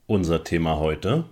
Unser Thema heute: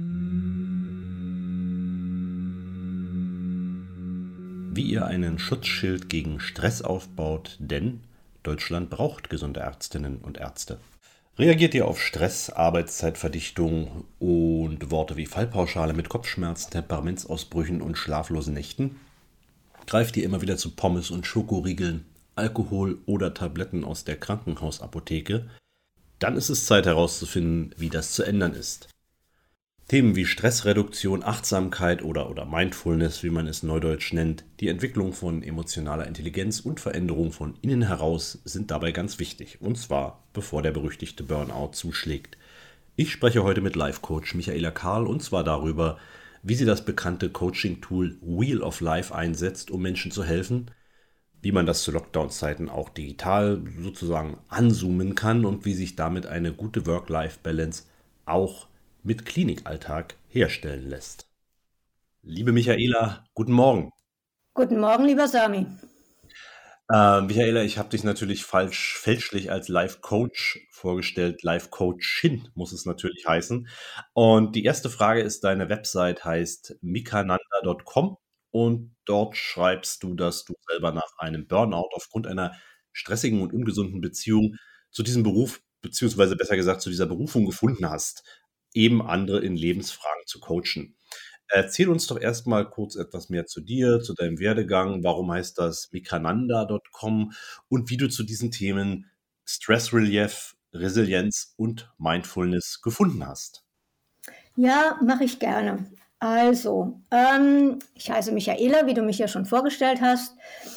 wie ihr einen Schutzschild gegen Stress aufbaut, denn Deutschland braucht gesunde Ärztinnen und Ärzte. Reagiert ihr auf Stress, Arbeitszeitverdichtung und Worte wie Fallpauschale mit Kopfschmerzen, Temperamentsausbrüchen und schlaflosen Nächten? Greift ihr immer wieder zu Pommes und Schokoriegeln, Alkohol oder Tabletten aus der Krankenhausapotheke? Dann ist es Zeit herauszufinden, wie das zu ändern ist. Themen wie Stressreduktion, Achtsamkeit oder Mindfulness, wie man es neudeutsch nennt, die Entwicklung von emotionaler Intelligenz und Veränderung von innen heraus sind dabei ganz wichtig. Und zwar, bevor der berüchtigte Burnout zuschlägt. Ich spreche heute mit Life-Coach Michaela Karl und zwar darüber, wie sie das bekannte Coaching-Tool Wheel of Life einsetzt, um Menschen zu helfen, wie man das zu Lockdown-Zeiten auch digital sozusagen anzoomen kann und wie sich damit eine gute Work-Life-Balance auch mit Klinikalltag herstellen lässt. Liebe Michaela, guten Morgen. Guten Morgen, lieber Sami. Michaela, ich habe dich natürlich fälschlich als Life-Coach vorgestellt. Life-Coachin muss es natürlich heißen. Und die erste Frage ist, deine Website heißt mikananda.com und dort schreibst du, dass du selber nach einem Burnout aufgrund einer stressigen und ungesunden Beziehung zu diesem Beruf, beziehungsweise besser gesagt zu dieser Berufung gefunden hast, eben andere in Lebensfragen zu coachen. Erzähl uns doch erstmal kurz etwas mehr zu dir, zu deinem Werdegang. Warum heißt das mikananda.com und wie du zu diesen Themen Stress Relief, Resilienz und Mindfulness gefunden hast. Ja, mache ich gerne. Also, ich heiße Michaela, wie du mich ja schon vorgestellt hast.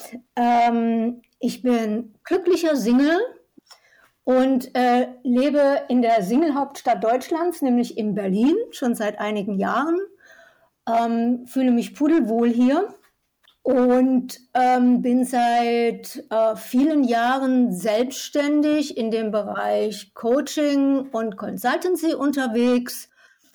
Ich bin glücklicher Single und lebe in der Single-Hauptstadt Deutschlands, nämlich in Berlin, schon seit einigen Jahren. Fühle mich pudelwohl hier und bin seit vielen Jahren selbstständig in dem Bereich Coaching und Consultancy unterwegs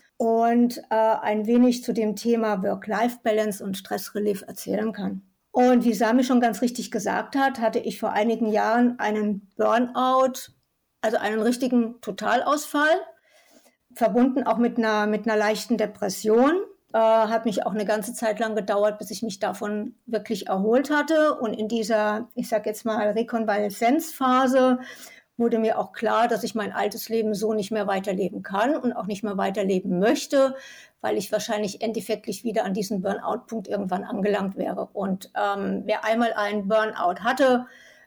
und ein wenig zu dem Thema Work-Life-Balance und Stressrelief erzählen kann. Und wie Sami schon ganz richtig gesagt hat, hatte ich vor einigen Jahren einen Burnout, also einen richtigen Totalausfall, verbunden auch mit einer leichten Depression. Hat mich auch eine ganze Zeit lang gedauert, bis ich mich davon wirklich erholt hatte. Und in dieser, ich sage jetzt mal, Rekonvaleszenzphase wurde mir auch klar, dass ich mein altes Leben so nicht mehr weiterleben kann und auch nicht mehr weiterleben möchte, weil ich wahrscheinlich endeffektlich wieder an diesen Burnout-Punkt irgendwann angelangt wäre. Und wer einmal einen Burnout hatte,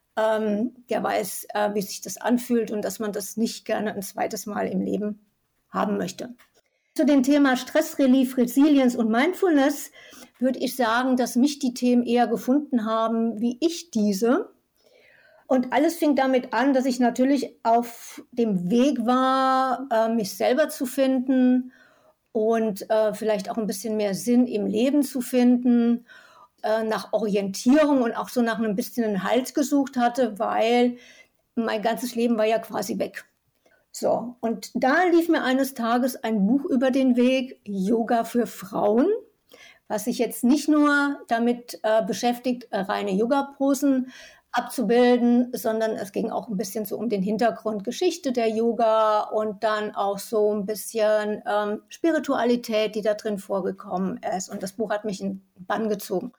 der weiß, wie sich das anfühlt und dass man das nicht gerne ein zweites Mal im Leben haben möchte. Zu dem Thema Stressrelief, Resilienz und Mindfulness würde ich sagen, dass mich die Themen eher gefunden haben, wie ich diese. Und alles fing damit an, dass ich natürlich auf dem Weg war, mich selber zu finden und vielleicht auch ein bisschen mehr Sinn im Leben zu finden, nach Orientierung und auch so nach ein bisschen einen Halt gesucht hatte, weil mein ganzes Leben war ja quasi weg. So, und da lief mir eines Tages ein Buch über den Weg, Yoga für Frauen, was sich jetzt nicht nur damit beschäftigt, reine Yoga-Posen abzubilden, sondern es ging auch ein bisschen so um den Hintergrund, Geschichte der Yoga und dann auch so ein bisschen Spiritualität, die da drin vorgekommen ist. Und das Buch hat mich in den Bann gezogen.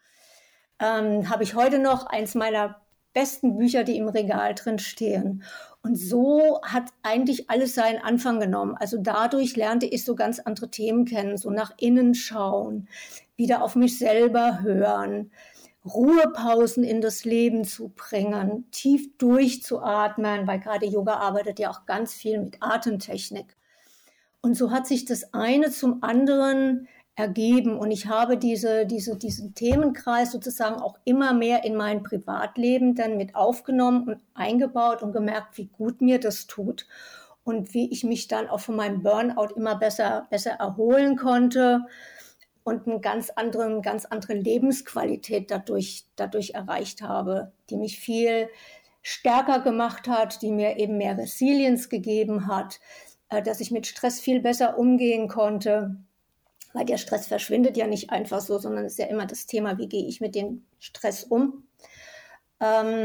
Habe ich heute noch eins meiner besten Bücher, die im Regal drin stehen. Und so hat eigentlich alles seinen Anfang genommen. Also dadurch lernte ich so ganz andere Themen kennen, so nach innen schauen, wieder auf mich selber hören, Ruhepausen in das Leben zu bringen, tief durchzuatmen, weil gerade Yoga arbeitet ja auch ganz viel mit Atemtechnik. Und so hat sich das eine zum anderen ergeben. Und ich habe diesen Themenkreis sozusagen auch immer mehr in mein Privatleben dann mit aufgenommen und eingebaut und gemerkt, wie gut mir das tut und wie ich mich dann auch von meinem Burnout immer besser erholen konnte und eine ganz andere Lebensqualität dadurch erreicht habe, die mich viel stärker gemacht hat, die mir eben mehr Resilienz gegeben hat, dass ich mit Stress viel besser umgehen konnte. Weil der Stress verschwindet ja nicht einfach so, sondern es ist ja immer das Thema, wie gehe ich mit dem Stress um.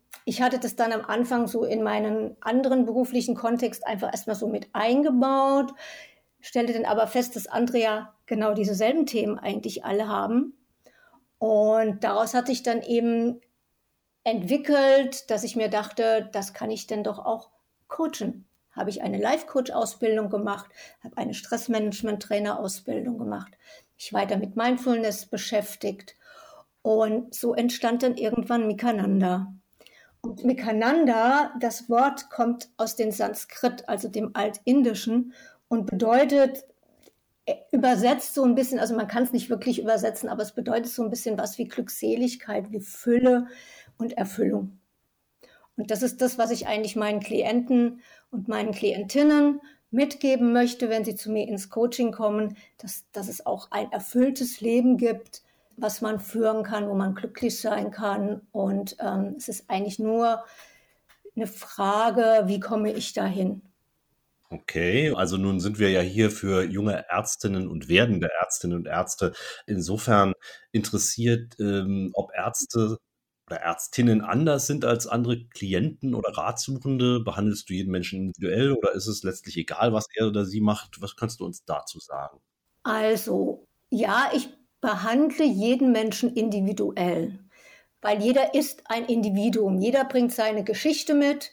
Ich hatte das dann am Anfang so in meinen anderen beruflichen Kontext einfach erstmal so mit eingebaut, stellte dann aber fest, dass andere ja genau dieselben Themen eigentlich alle haben. Und daraus hatte ich dann eben entwickelt, dass ich mir dachte, das kann ich denn doch auch coachen. Habe ich eine Life-Coach-Ausbildung gemacht, habe eine Stressmanagement-Trainer-Ausbildung gemacht, mich weiter mit Mindfulness beschäftigt. Und so entstand dann irgendwann Mikananda. Und Mikananda, das Wort kommt aus dem Sanskrit, also dem Altindischen, und bedeutet, übersetzt so ein bisschen, also man kann es nicht wirklich übersetzen, aber es bedeutet so ein bisschen was wie Glückseligkeit, wie Fülle und Erfüllung. Und das ist das, was ich eigentlich meinen Klienten und meinen Klientinnen mitgeben möchte, wenn sie zu mir ins Coaching kommen, dass es auch ein erfülltes Leben gibt, was man führen kann, wo man glücklich sein kann. Und es ist eigentlich nur eine Frage, wie komme ich dahin? Okay, also nun sind wir ja hier für junge Ärztinnen und werdende Ärztinnen und Ärzte insofern interessiert, ob Ärzte oder Ärztinnen anders sind als andere Klienten oder Ratsuchende. Behandelst du jeden Menschen individuell oder ist es letztlich egal, was er oder sie macht? Was kannst du uns dazu sagen? Also, ja, ich behandle jeden Menschen individuell, weil jeder ist ein Individuum. Jeder bringt seine Geschichte mit.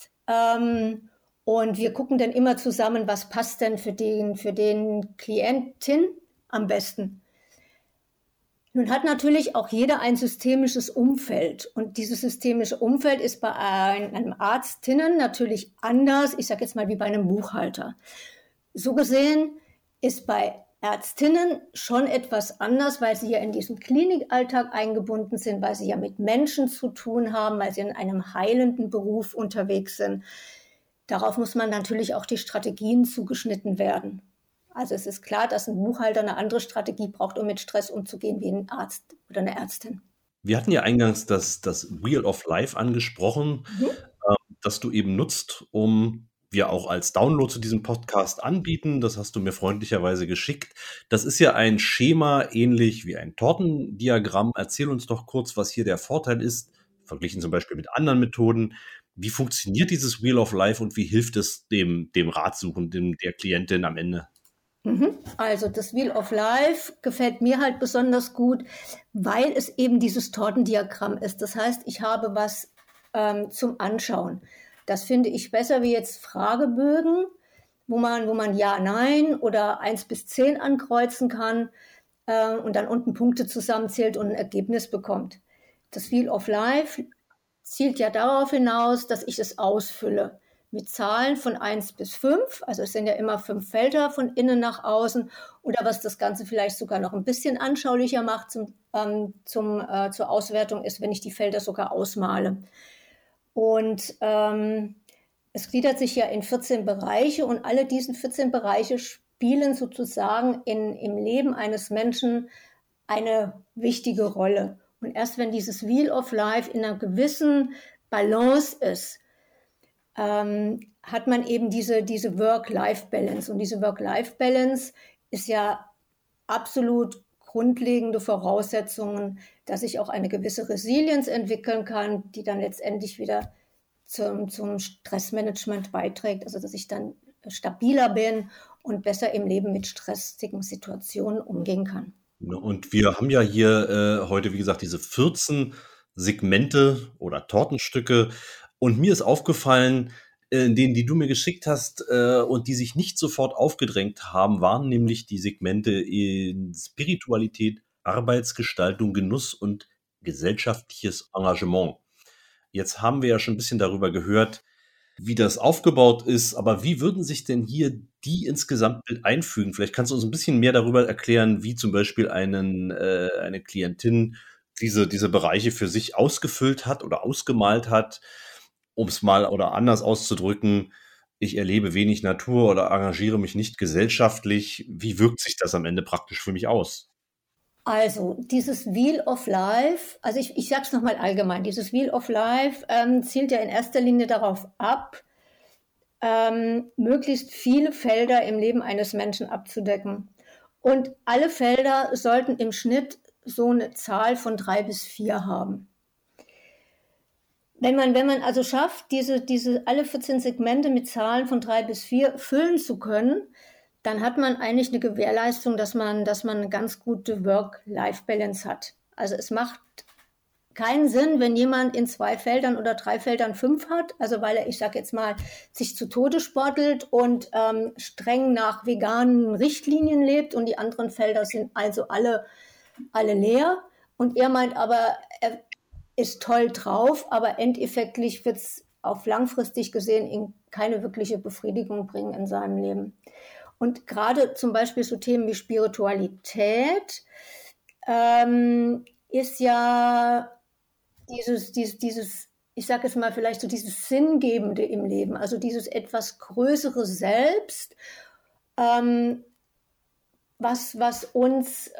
Und wir gucken dann immer zusammen, was passt denn für den Klientin am besten. Nun hat natürlich auch jeder ein systemisches Umfeld. Und dieses systemische Umfeld ist bei einem Arztinnen natürlich anders, ich sage jetzt mal wie bei einem Buchhalter. So gesehen ist bei Ärztinnen schon etwas anders, weil sie ja in diesen Klinikalltag eingebunden sind, weil sie ja mit Menschen zu tun haben, weil sie in einem heilenden Beruf unterwegs sind. Darauf muss man natürlich auch die Strategien zugeschnitten werden. Also es ist klar, dass ein Buchhalter eine andere Strategie braucht, um mit Stress umzugehen, wie ein Arzt oder eine Ärztin. Wir hatten ja eingangs das Wheel of Life angesprochen, das du eben nutzt, um wir auch als Download zu diesem Podcast anbieten. Das hast du mir freundlicherweise geschickt. Das ist ja ein Schema ähnlich wie ein Tortendiagramm. Erzähl uns doch kurz, was hier der Vorteil ist, verglichen zum Beispiel mit anderen Methoden. Wie funktioniert dieses Wheel of Life und wie hilft es dem Ratsuchenden, der Klientin am Ende? Also das Wheel of Life gefällt mir halt besonders gut, weil es eben dieses Tortendiagramm ist. Das heißt, ich habe was zum Anschauen. Das finde ich besser wie jetzt Fragebögen, wo man Ja, Nein oder 1 bis 10 ankreuzen kann und dann unten Punkte zusammenzählt und ein Ergebnis bekommt. Das Wheel of Life zielt ja darauf hinaus, dass ich es ausfülle mit Zahlen von 1 bis 5. Also es sind ja immer 5 Felder von innen nach außen. Oder was das Ganze vielleicht sogar noch ein bisschen anschaulicher macht zur Auswertung ist, wenn ich die Felder sogar ausmale. Und es gliedert sich ja in 14 Bereiche und alle diesen 14 Bereiche spielen sozusagen im Leben eines Menschen eine wichtige Rolle. Und erst wenn dieses Wheel of Life in einer gewissen Balance ist, hat man eben diese Work-Life-Balance. Und diese Work-Life-Balance ist ja absolut grundlegende Voraussetzungen, dass ich auch eine gewisse Resilienz entwickeln kann, die dann letztendlich wieder zum Stressmanagement beiträgt, also dass ich dann stabiler bin und besser im Leben mit stressigen Situationen umgehen kann. Und wir haben ja hier heute, wie gesagt, diese 14 Segmente oder Tortenstücke. Und mir ist aufgefallen, denen, die du mir geschickt hast und die sich nicht sofort aufgedrängt haben, waren nämlich die Segmente in Spiritualität, Arbeitsgestaltung, Genuss und gesellschaftliches Engagement. Jetzt haben wir ja schon ein bisschen darüber gehört, wie das aufgebaut ist, aber wie würden sich denn hier die ins Gesamtbild einfügen? Vielleicht kannst du uns ein bisschen mehr darüber erklären, wie zum Beispiel eine Klientin diese Bereiche für sich ausgefüllt hat oder ausgemalt hat, um es mal oder anders auszudrücken. Ich erlebe wenig Natur oder engagiere mich nicht gesellschaftlich. Wie wirkt sich das am Ende praktisch für mich aus? Also dieses Wheel of Life, also ich sage es nochmal allgemein, dieses Wheel of Life zielt ja in erster Linie darauf ab, möglichst viele Felder im Leben eines Menschen abzudecken. Und alle Felder sollten im Schnitt so eine Zahl von 3 bis 4 haben. Wenn man also schafft, diese alle 14 Segmente mit Zahlen von 3 bis 4 füllen zu können, dann hat man eigentlich eine Gewährleistung, dass man eine ganz gute Work-Life-Balance hat. Also es macht keinen Sinn, wenn jemand in 2 Feldern oder 3 Feldern 5 hat, also weil er, ich sage jetzt mal, sich zu Tode sportelt und streng nach veganen Richtlinien lebt und die anderen Felder sind also alle leer. Und er meint aber, er ist toll drauf, aber endeffektlich wird es auf langfristig gesehen ihm keine wirkliche Befriedigung bringen in seinem Leben. Und gerade zum Beispiel so Themen wie Spiritualität ist ja dieses, ich sage jetzt mal vielleicht so dieses Sinngebende im Leben, also dieses etwas größere Selbst, was uns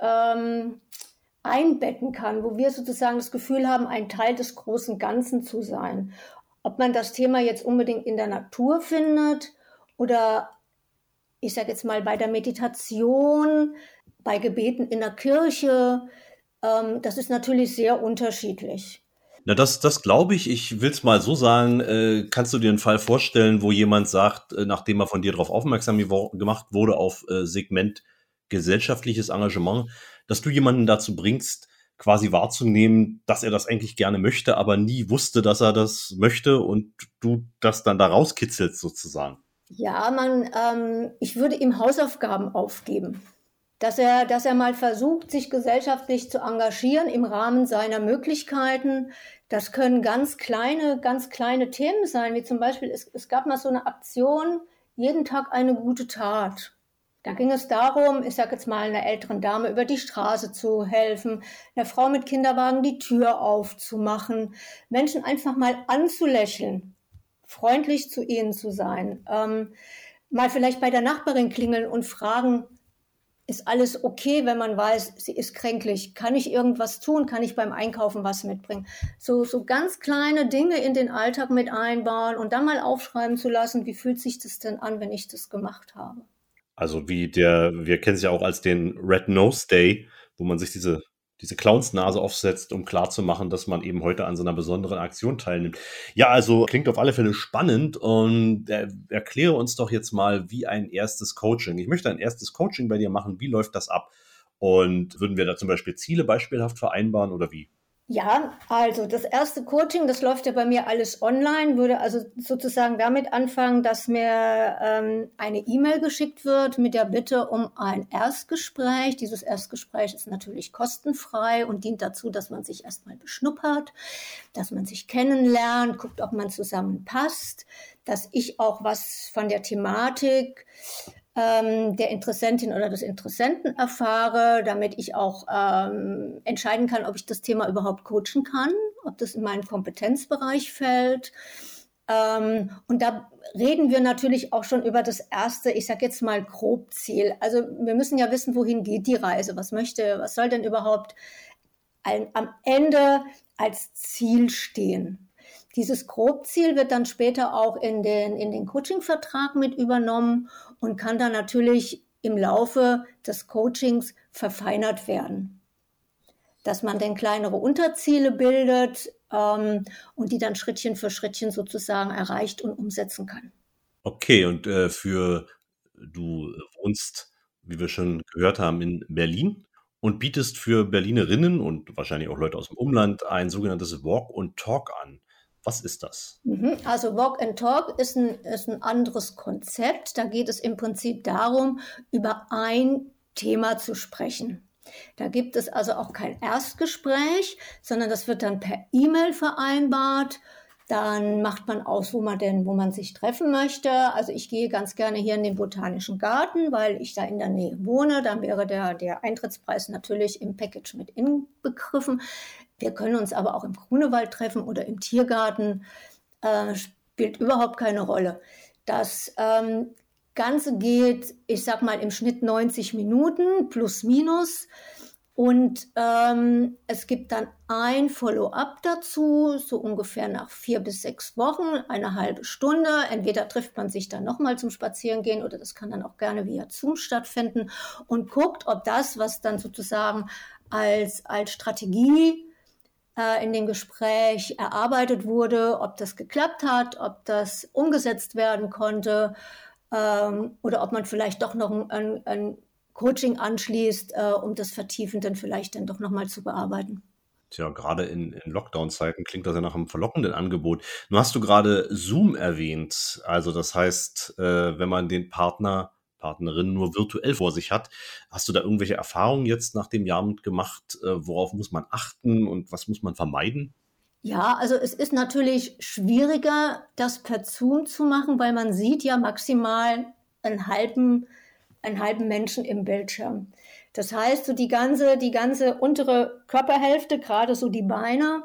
einbetten kann, wo wir sozusagen das Gefühl haben, ein Teil des großen Ganzen zu sein. Ob man das Thema jetzt unbedingt in der Natur findet oder ich sage jetzt mal bei der Meditation, bei Gebeten in der Kirche, das ist natürlich sehr unterschiedlich. Na, das glaube ich. Ich will es mal so sagen, kannst du dir einen Fall vorstellen, wo jemand sagt, nachdem er von dir darauf aufmerksam gemacht wurde, auf Segment gesellschaftliches Engagement, dass du jemanden dazu bringst, quasi wahrzunehmen, dass er das eigentlich gerne möchte, aber nie wusste, dass er das möchte und du das dann da rauskitzelst sozusagen. Ja, ich würde ihm Hausaufgaben aufgeben, dass er mal versucht, sich gesellschaftlich zu engagieren im Rahmen seiner Möglichkeiten. Das können ganz kleine Themen sein, wie zum Beispiel, es gab mal so eine Aktion, jeden Tag eine gute Tat. Da ging es darum, ich sage jetzt mal, einer älteren Dame über die Straße zu helfen, einer Frau mit Kinderwagen die Tür aufzumachen, Menschen einfach mal anzulächeln, freundlich zu ihnen zu sein, mal vielleicht bei der Nachbarin klingeln und fragen, ist alles okay, wenn man weiß, sie ist kränklich? Kann ich irgendwas tun? Kann ich beim Einkaufen was mitbringen? So ganz kleine Dinge in den Alltag mit einbauen und dann mal aufschreiben zu lassen, wie fühlt sich das denn an, wenn ich das gemacht habe? Also wir kennen es ja auch als den Red Nose Day, wo man sich diese Clownsnase aufsetzt, um klarzumachen, dass man eben heute an so einer besonderen Aktion teilnimmt. Ja, also klingt auf alle Fälle spannend und erkläre uns doch jetzt mal, wie ein erstes Coaching. Ich möchte ein erstes Coaching bei dir machen. Wie läuft das ab? Und würden wir da zum Beispiel Ziele beispielhaft vereinbaren oder wie? Ja, also das erste Coaching, das läuft ja bei mir alles online, würde also sozusagen damit anfangen, dass mir eine E-Mail geschickt wird mit der Bitte um ein Erstgespräch. Dieses Erstgespräch ist natürlich kostenfrei und dient dazu, dass man sich erstmal beschnuppert, dass man sich kennenlernt, guckt, ob man zusammenpasst, dass ich auch was von der Thematik der Interessentin oder des Interessenten erfahre, damit ich auch entscheiden kann, ob ich das Thema überhaupt coachen kann, ob das in meinen Kompetenzbereich fällt. Und da reden wir natürlich auch schon über das erste, ich sage jetzt mal Grobziel. Also wir müssen ja wissen, wohin geht die Reise, was soll denn überhaupt am Ende als Ziel stehen. Dieses Grobziel wird dann später auch in den Coaching-Vertrag mit übernommen und kann dann natürlich im Laufe des Coachings verfeinert werden. Dass man dann kleinere Unterziele bildet und die dann Schrittchen für Schrittchen sozusagen erreicht und umsetzen kann. Okay, und du wohnst, wie wir schon gehört haben, in Berlin und bietest für Berlinerinnen und wahrscheinlich auch Leute aus dem Umland ein sogenanntes Walk and Talk an. Was ist das? Also Walk and Talk ist ein anderes Konzept. Da geht es im Prinzip darum, über ein Thema zu sprechen. Da gibt es also auch kein Erstgespräch, sondern das wird dann per E-Mail vereinbart. Dann macht man aus, wo man sich treffen möchte. Also ich gehe ganz gerne hier in den Botanischen Garten, weil ich da in der Nähe wohne. Dann wäre der Eintrittspreis natürlich im Package mit inbegriffen. Wir können uns aber auch im Grunewald treffen oder im Tiergarten. Spielt überhaupt keine Rolle. Das Ganze geht, ich sag mal, im Schnitt 90 Minuten plus minus. Und es gibt dann ein Follow-up dazu, so ungefähr nach 4 bis 6 Wochen, eine halbe Stunde. Entweder trifft man sich dann nochmal zum Spazierengehen oder das kann dann auch gerne via Zoom stattfinden und guckt, ob das, was dann sozusagen als Strategie in dem Gespräch erarbeitet wurde, ob das geklappt hat, ob das umgesetzt werden konnte, oder ob man vielleicht doch noch ein Coaching anschließt, um das vertiefend dann vielleicht dann doch nochmal zu bearbeiten. Tja, gerade in Lockdown-Zeiten klingt das ja nach einem verlockenden Angebot. Nun hast du gerade Zoom erwähnt. Also das heißt, wenn man den Partner, Partnerin nur virtuell vor sich hat, hast du da irgendwelche Erfahrungen jetzt nach dem Jahr mitgemacht? Worauf muss man achten und was muss man vermeiden? Ja, also es ist natürlich schwieriger, das per Zoom zu machen, weil man sieht ja maximal einen halben, einen halben Menschen im Bildschirm. Das heißt, so die ganze untere Körperhälfte, gerade so die Beine,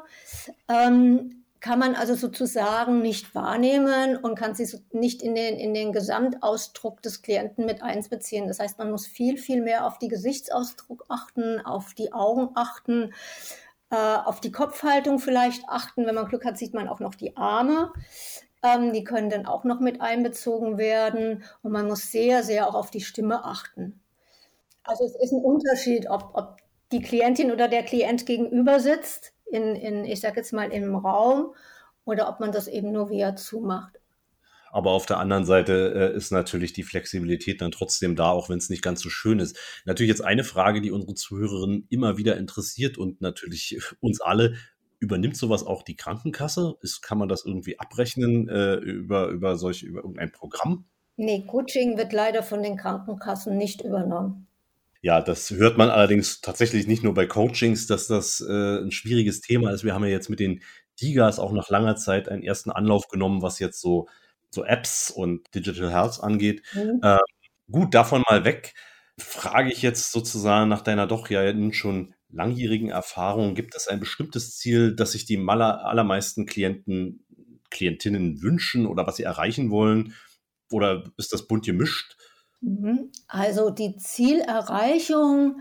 kann man also sozusagen nicht wahrnehmen und kann sie nicht in den Gesamtausdruck des Klienten mit einbeziehen. Das heißt, man muss viel, viel mehr auf die Gesichtsausdruck achten, auf die Augen achten, auf die Kopfhaltung vielleicht achten. Wenn man Glück hat, sieht man auch noch die Arme. Die können dann auch noch mit einbezogen werden. Und man muss sehr, sehr auch auf die Stimme achten. Also es ist ein Unterschied, ob die Klientin oder der Klient gegenüber sitzt, ich sage jetzt mal, im Raum, oder ob man das eben nur via Zoom macht. Aber auf der anderen Seite ist natürlich die Flexibilität dann trotzdem da, auch wenn es nicht ganz so schön ist. Natürlich jetzt eine Frage, die unsere Zuhörerinnen immer wieder interessiert und natürlich uns alle. Übernimmt sowas auch die Krankenkasse? Kann man das irgendwie abrechnen über irgendein Programm? Nee, Coaching wird leider von den Krankenkassen nicht übernommen. Ja, das hört man allerdings tatsächlich nicht nur bei Coachings, dass das ein schwieriges Thema ist. Wir haben ja jetzt mit den DiGAs auch nach langer Zeit einen ersten Anlauf genommen, was jetzt so Apps und Digital Health angeht. Mhm. Gut, davon mal weg, frage ich jetzt sozusagen nach deiner doch ja nun schon langjährigen Erfahrung, gibt es ein bestimmtes Ziel, das sich die allermeisten Klientinnen wünschen oder was sie erreichen wollen? Oder ist das bunt gemischt? Also die Zielerreichung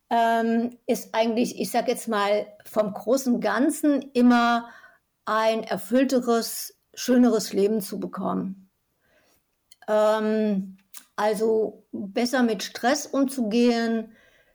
ist eigentlich, ich sage jetzt mal, vom großen Ganzen immer ein erfüllteres, schöneres Leben zu bekommen. Also besser mit Stress umzugehen,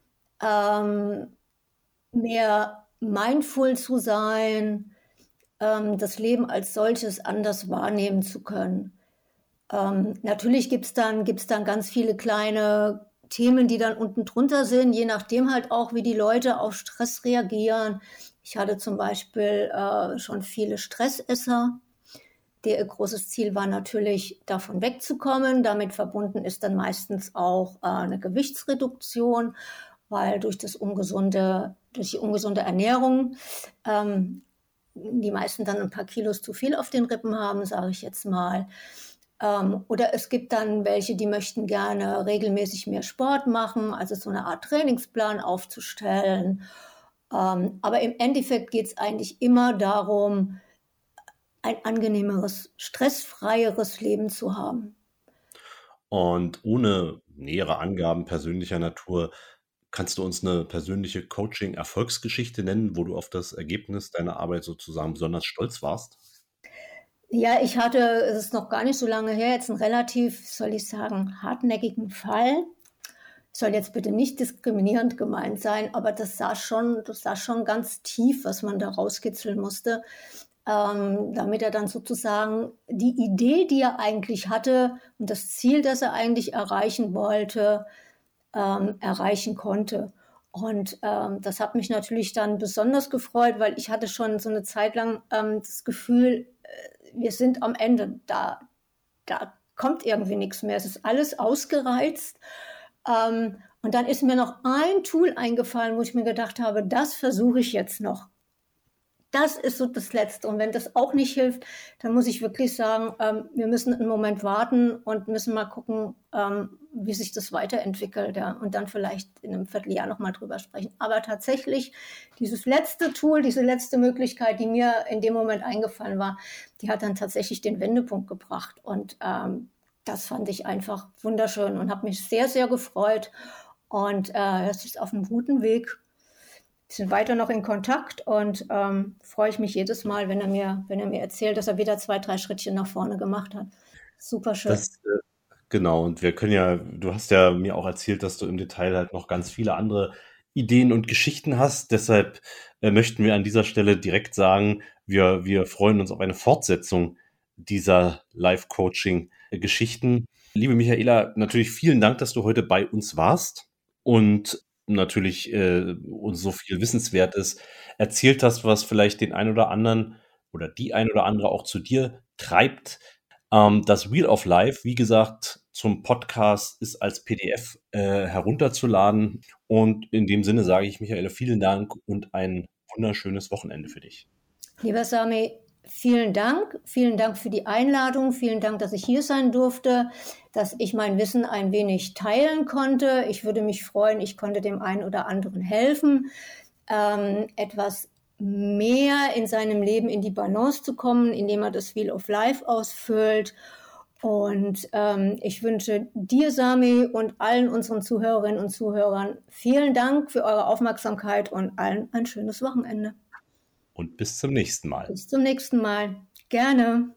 mehr mindful zu sein, das Leben als solches anders wahrnehmen zu können. Natürlich gibt's dann ganz viele kleine Themen, die dann unten drunter sind, je nachdem halt auch, wie die Leute auf Stress reagieren. Ich hatte zum Beispiel schon viele Stressesser. Ihr großes Ziel war natürlich, davon wegzukommen. Damit verbunden ist dann meistens auch eine Gewichtsreduktion, weil durch die ungesunde Ernährung die meisten dann ein paar Kilos zu viel auf den Rippen haben, sage ich jetzt mal. Oder es gibt dann welche, die möchten gerne regelmäßig mehr Sport machen, also so eine Art Trainingsplan aufzustellen. Aber im Endeffekt geht es eigentlich immer darum, ein angenehmeres, stressfreieres Leben zu haben. Und ohne nähere Angaben persönlicher Natur, kannst du uns eine persönliche Coaching-Erfolgsgeschichte nennen, wo du auf das Ergebnis deiner Arbeit sozusagen besonders stolz warst? Ja, es ist noch gar nicht so lange her, jetzt einen relativ, soll ich sagen, hartnäckigen Fall. Soll jetzt bitte nicht diskriminierend gemeint sein, aber das saß schon ganz tief, was man da rauskitzeln musste, damit er dann sozusagen die Idee, die er eigentlich hatte und das Ziel, das er eigentlich erreichen wollte, erreichen konnte. Und das hat mich natürlich dann besonders gefreut, weil ich hatte schon so eine Zeit lang das Gefühl, wir sind am Ende, da kommt irgendwie nichts mehr. Es ist alles ausgereizt. Und dann ist mir noch ein Tool eingefallen, wo ich mir gedacht habe, das versuche ich jetzt noch. Das ist so das Letzte. Und wenn das auch nicht hilft, dann muss ich wirklich sagen, wir müssen einen Moment warten und müssen mal gucken, wie sich das weiterentwickelt. Ja, und dann vielleicht in einem Vierteljahr nochmal drüber sprechen. Aber tatsächlich, dieses letzte Tool, diese letzte Möglichkeit, die mir in dem Moment eingefallen war, die hat dann tatsächlich den Wendepunkt gebracht. Und das fand ich einfach wunderschön und habe mich sehr, sehr gefreut. Und es ist auf einem guten Weg. Wir sind weiter noch in Kontakt und freue ich mich jedes Mal, wenn er mir erzählt, dass er wieder 2, 3 Schrittchen nach vorne gemacht hat. Super schön. Genau, und wir können ja, du hast ja mir auch erzählt, dass du im Detail halt noch ganz viele andere Ideen und Geschichten hast. Deshalb möchten wir an dieser Stelle direkt sagen, wir freuen uns auf eine Fortsetzung dieser Live-Coaching-Geschichten. Liebe Michaela, natürlich vielen Dank, dass du heute bei uns warst und natürlich uns so viel Wissenswertes erzählt hast, was vielleicht den einen oder anderen oder die ein oder andere auch zu dir treibt. Das Wheel of Life, wie gesagt, zum Podcast ist als PDF herunterzuladen. Und in dem Sinne sage ich, Michaela, vielen Dank und ein wunderschönes Wochenende für dich. Lieber Sami, vielen Dank. Vielen Dank für die Einladung. Vielen Dank, dass ich hier sein durfte, dass ich mein Wissen ein wenig teilen konnte. Ich würde mich freuen, ich konnte dem einen oder anderen helfen, etwas mehr in seinem Leben in die Balance zu kommen, indem er das Wheel of Life ausfüllt. Und ich wünsche dir, Sami, und allen unseren Zuhörerinnen und Zuhörern vielen Dank für eure Aufmerksamkeit und allen ein schönes Wochenende. Und bis zum nächsten Mal. Bis zum nächsten Mal. Gerne.